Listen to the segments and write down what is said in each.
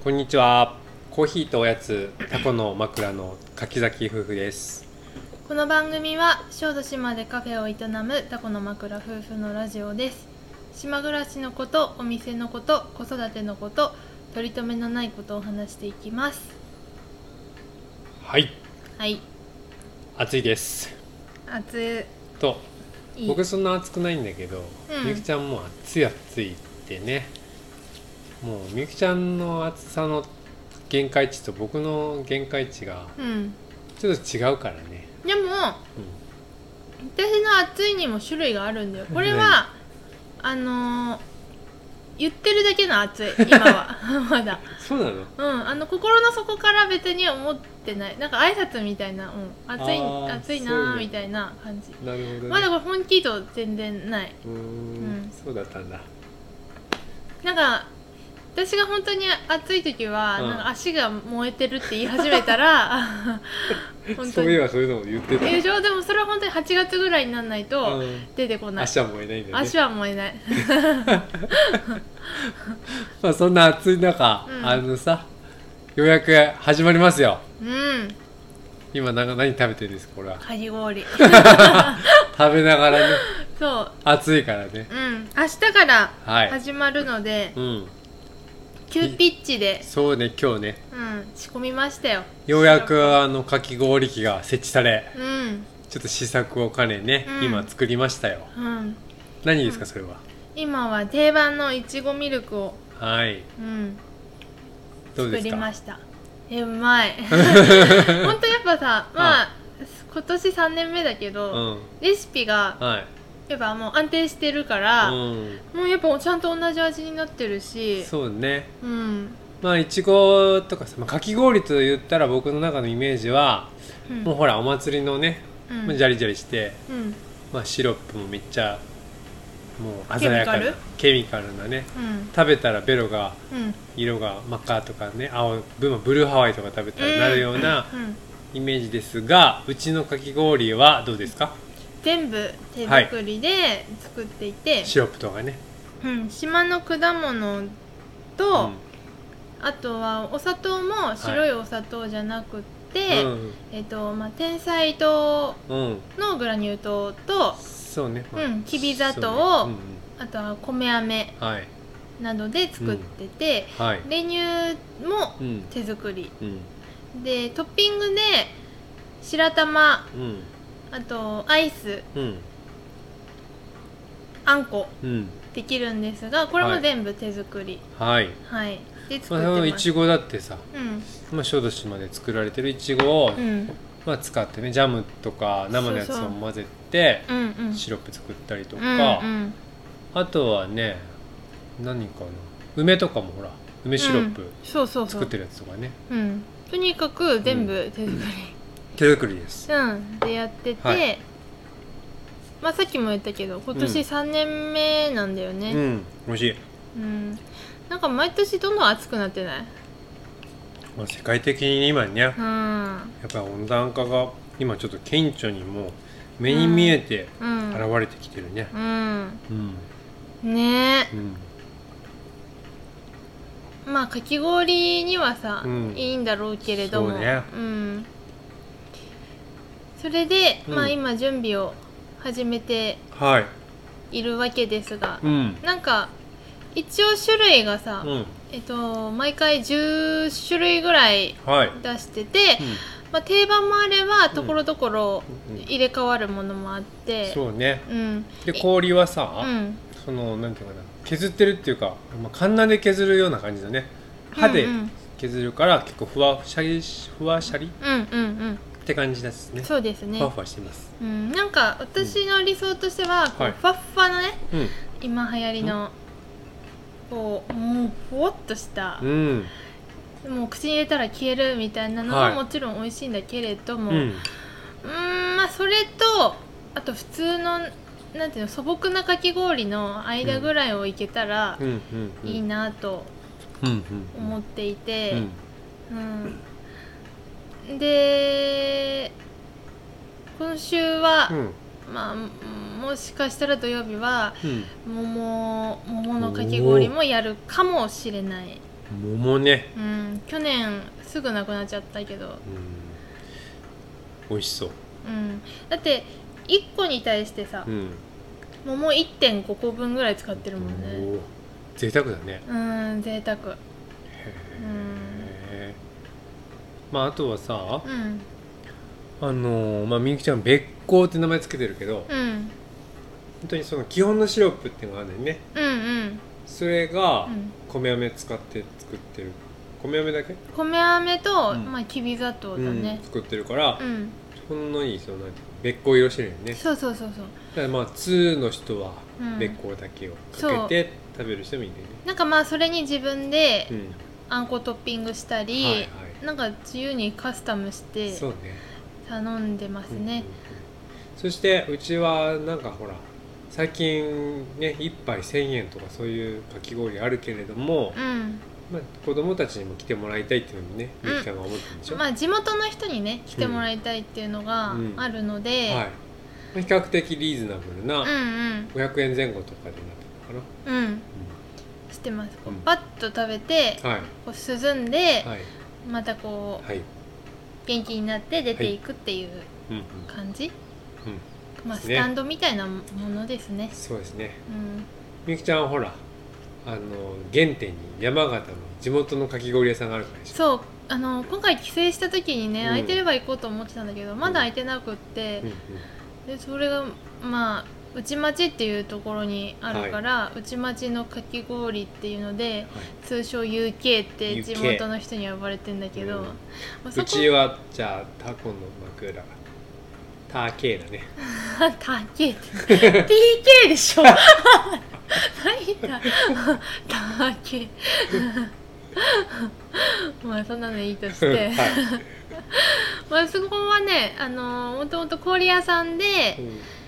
こんにちは。コーヒーとおやつタコの枕の柿崎夫婦です。 この番組は小豆島でカフェを営むタコの枕夫婦のラジオです。島暮らしのこと、お店のこと、子育てのこと、取り留めのないことを話していきます。 はい、 はい、 暑いです暑とい。 僕そんな暑くないんだけど、みゆきちゃんも暑いってね。もうみゆきちゃんの暑さの限界値と僕の限界値がちょっと違うからね。 でも、私の暑いにも種類があるんだよ。これは言ってるだけの暑い、今はまだ。 そうなの？ 心の底から別に思ってない。なんか挨拶みたいな、暑いなーみたいな感じ。 なるほどね。 まだこれ本気度全然ない。 そうだったんだ。 なんか私が本当に暑い時は、なんか足が燃えてるって言い始めたら本当にそういえばそういうのも言ってたでしょ。でもそれは本当に8月ぐらいにならないと出てこない。 足は燃えないんだよね。 足は燃えないまあそんな暑い中、ようやく始まりますよ。今何食べてるんですか？これはかき氷食べながらね。 そう暑いからね。 明日から始まるので、急ピッチでそうね、今日ね、 仕込みましたよ。 ようやくかき氷機が設置され、ちょっと試作を兼ねね、今作りましたよ。何ですかそれは？ 今は定番のいちごミルクをどうですか？ 作りました。うまい本当やっぱさ、今年3年目だけど、レシピがやっぱもう安定してるから、もうやっぱちゃんと同じ味になってるし。 そうね。まあいちごとかさ、かき氷と言ったら僕の中のイメージは、もうほらお祭りのね、ジャリジャリして、シロップもめっちゃもう鮮やかなケミカルなね、食べたらベロが色が真っ赤とかね、ブルーハワイとか食べたらなるようなイメージですが、うちのかき氷はどうですか？ 全部手作りで作っていて、 シロップとかね、 島の果物と、あとはお砂糖も白いお砂糖じゃなくて、天才糖のグラニュー糖と、きび砂糖、あとは米飴などで作ってて、練乳も手作り、でトッピングで白玉、あとアイス、あんこできるんですが、これも全部手作りで作ってます。 いちごだってさ、小豆島で作られてるいちごを使ってね、ジャムとか生のやつを混ぜてシロップ作ったりとか、あとはね、何かな、梅とかもほら梅シロップ作ってるやつとかね、 とにかく全部手作り、 手作りです。 でやってて、さっきも言ったけど今年3年目なんだよね。 美味しい。 なんか毎年どんどん暑くなってない？ 世界的に今ね、やっぱり温暖化が今ちょっと顕著にもう目に見えて現れてきてるね。 ねえ。かき氷にはさ、いいんだろうけれども、それで、今準備を始めているわけですが、なんか一応種類がさ、毎回10種類ぐらい出してて、定番もあればところどころ入れ替わるものもあって、 そうね。で氷はさ、そのなんていうかな、削ってるっていうか、カンナで削るような感じだね。歯で削るから結構ふわシャリって感じですね。 そうですね。 ふわふわしてます。 なんか私の理想としてはこうふわっふわのね、今流行りのこうもうふわっとした、もう口に入れたら消えるみたいなのももちろん美味しいんだけれども、それとあと普通のなんていうの、素朴なかき氷の間ぐらいをいけたらいいなと思っていて、で今週は、もしかしたら土曜日は、桃のかき氷もやるかもしれない。 桃ね、 去年すぐなくなっちゃったけど、 美味しそう。 だって1個に対してさ、桃 1.5 個分ぐらい使ってるもんね。 贅沢だね。 贅沢。 まああとはさ、みゆきちゃん別光って名前つけてるけど、本当にその基本のシロップっていうのがあるんだよね。それが米飴使って作ってる。米飴だけ？ 米飴と、きび砂糖だね、 作ってるから、ほんのいいその別光色してるよね。 そうだからまあ2の人は別光だけをかけて食べる人もいるんだよね。 なんかまあそれに自分であんこトッピングしたり、なんか自由にカスタムして頼んでますね。 そしてうちはなんかほら最近ね1杯1000円とかそういうかき氷あるけれども、子供たちにも来てもらいたいっていうのもね、みゆきさんが思ってるんでしょ。 地元の人にね来てもらいたいっていうのがあるので、 比較的リーズナブルな500円前後とかでなってるのかな。 してます。パッと食べて、こう涼んで、またこう元気になって出ていくっていう感じ。スタンドみたいなものですね。 そうですね。みゆきちゃんはほら原点に山形の地元のかき氷屋さんがあるからでしょ。 そう、今回帰省した時にね、空いてれば行こうと思ってたんだけど、まだ空いてなくって、でそれがまあ内町っていうところにあるから、内町のかき氷っていうので、通称 UK って地元の人に呼ばれてんだけど、 うちはじゃあタコの枕ターケーだね。 ターケーって TK でしょ。何だターケー。まあそんなのいいとして、まあそこはね、もともと氷屋さんで、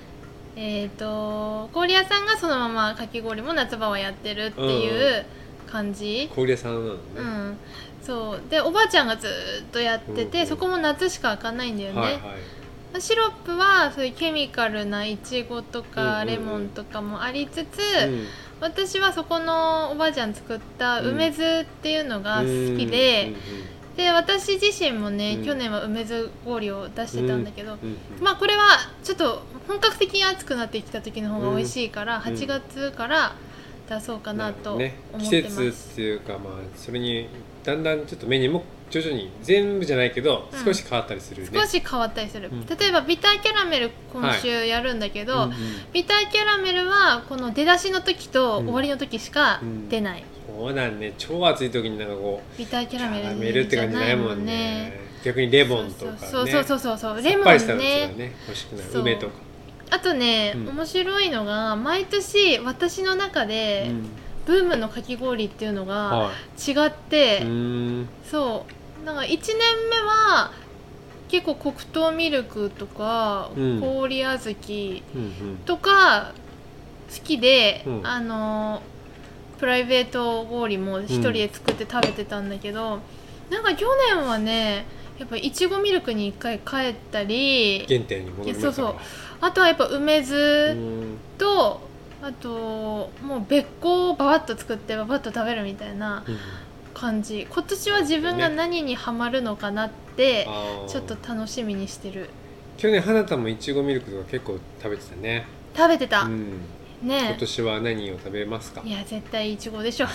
氷屋さんがそのままかき氷も夏場はやってるっていう感じ。 氷屋さんなのね。 そうでおばあちゃんがずっとやってて、そこも夏しか開かないんだよね。シロップはそういうケミカルないちごとかレモンとかもありつつ、私はそこのおばあちゃん作った梅酢っていうのが好きで、で私自身もね、去年は梅酢氷を出してたんだけど、まあこれはちょっと本格的に暑くなってきた時の方が美味しいから、8月から出そうかなと思ってます。 季節っていうか、まあそれにだんだんちょっとメニューも徐々に全部じゃないけど少し変わったりするね。 少し変わったりする。例えばビターキャラメル今週やるんだけど、ビターキャラメルはこの出だしの時と終わりの時しか出ない。 そうなんね。超暑い時になんかこうビターキャラメルって感じないもんね。逆にレモンとかね。 そうレモンね。 欲しくない。梅とか。 あとね、面白いのが毎年私の中でブームのかき氷っていうのが違って、そうなんか1年目は結構黒糖ミルクとか、氷あずきとか好きで、プライベート氷も一人で作って食べてたんだけど、なんか去年はねやっぱいちごミルクに一回帰ったり、 原点に戻りましたから。 あとはやっぱ梅酢と、あともう別個をババッと作ってババッと食べるみたいな感じ。今年は自分が何にハマるのかなってちょっと楽しみにしてる。 去年花田もいちごミルクとか結構食べてたね。 食べてた、ね。 今年は何を食べますか？ いや絶対いちごでしょ。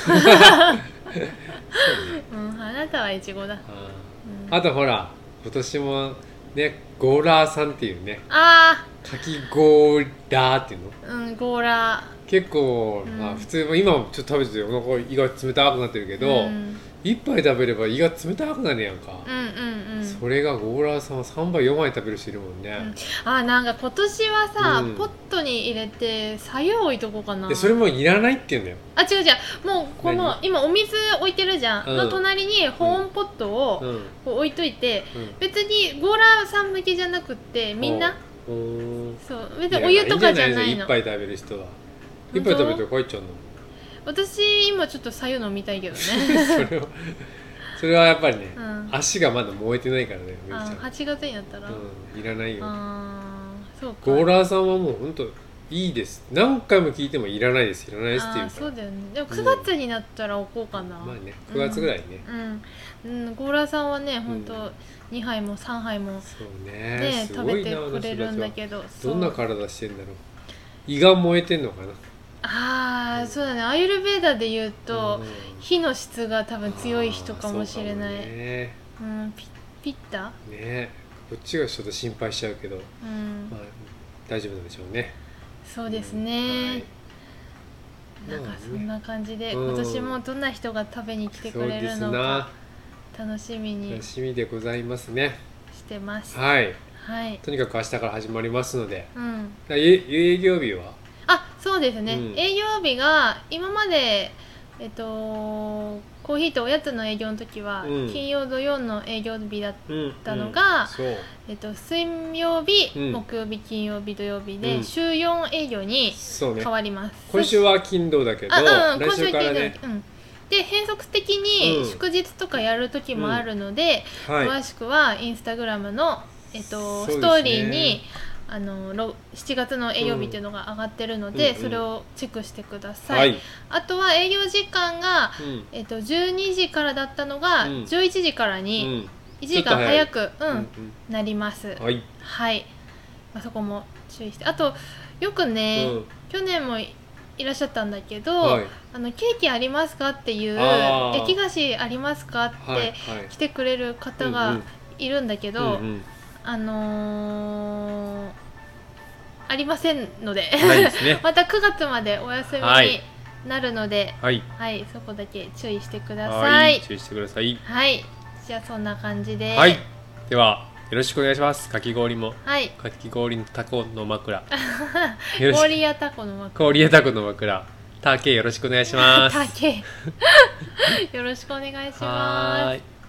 花田はいちごだ。 あとほら今年もねゴーラーさんっていうね、かき氷ラーっていうの、 ゴーラー結構、普通今もちょっと食べててお腹胃が冷たくなってるけど、一杯食べれば胃が冷たくなるやんか。それがゴーラーさんは3杯4杯食べる人いるもんね。 なんか今年はさ、ポットに入れて白湯置いとこうかな。 それもいらないって言うんだよ。 違うもうこの今お水置いてるじゃん、の隣に保温ポットをこう置いといて、別にゴーラーさん向けじゃなくってみんな、そう別にお湯とかじゃないの。 一杯食べる人は一杯食べて帰っちゃうの。 私今ちょっと白湯飲みたいけどね。 それはやっぱりね、足がまだ燃えてないからね。 8月になったらいらないよ。 そうか。 ゴーラーさんはもうほんといいです。何回も聞いてもいらないですいらないですっていうから。 そうだよね。でも9月になったら置こうかな、 まあね9月ぐらいね。 ゴーラーさんはねほんと2杯も3杯もそうね食べてくれるんだけど、 どんな体してんだろう。胃が燃えてんのかな。そうだね。アーユルヴェーダで言うと火の質が多分強い人かもしれない。ピッタね。こっちがちょっと心配しちゃうけど、まあ大丈夫なんでしょうね。 そうですね、なんかそんな感じで、今年もどんな人が食べに来てくれるのか楽しみでございますね。 してます。 はい、とにかく明日から始まりますので、営業日はそうですね、営業日が今までコーヒーとおやつの営業の時は、金曜土曜の営業日だったのが、水曜日、木曜日、金曜日、土曜日で、週4営業に変わります。 今週は金土だけど、来週からね。 で変則的に祝日とかやる時もあるので、詳しくはインスタグラムの、ストーリーに7月の営業日っていうのが上がってるので、それをチェックしてください。あとは営業時間が、12時からだったのが、11時からに1時間早くなります。はい、そこも注意して。あとよくね、去年もいらっしゃったんだけど、ケーキありますかっていう、焼き菓子ありますかって来てくれる方がいるんだけど、ありませんのでまた9月までお休みになるので、そこだけ注意してください。 注意してください。 じゃあそんな感じで、 ではよろしくお願いします。かき氷も、かき氷のタコの枕氷やタコの枕、 氷やタコの枕、タケよろしくお願いします。 タケよろしくお願いします。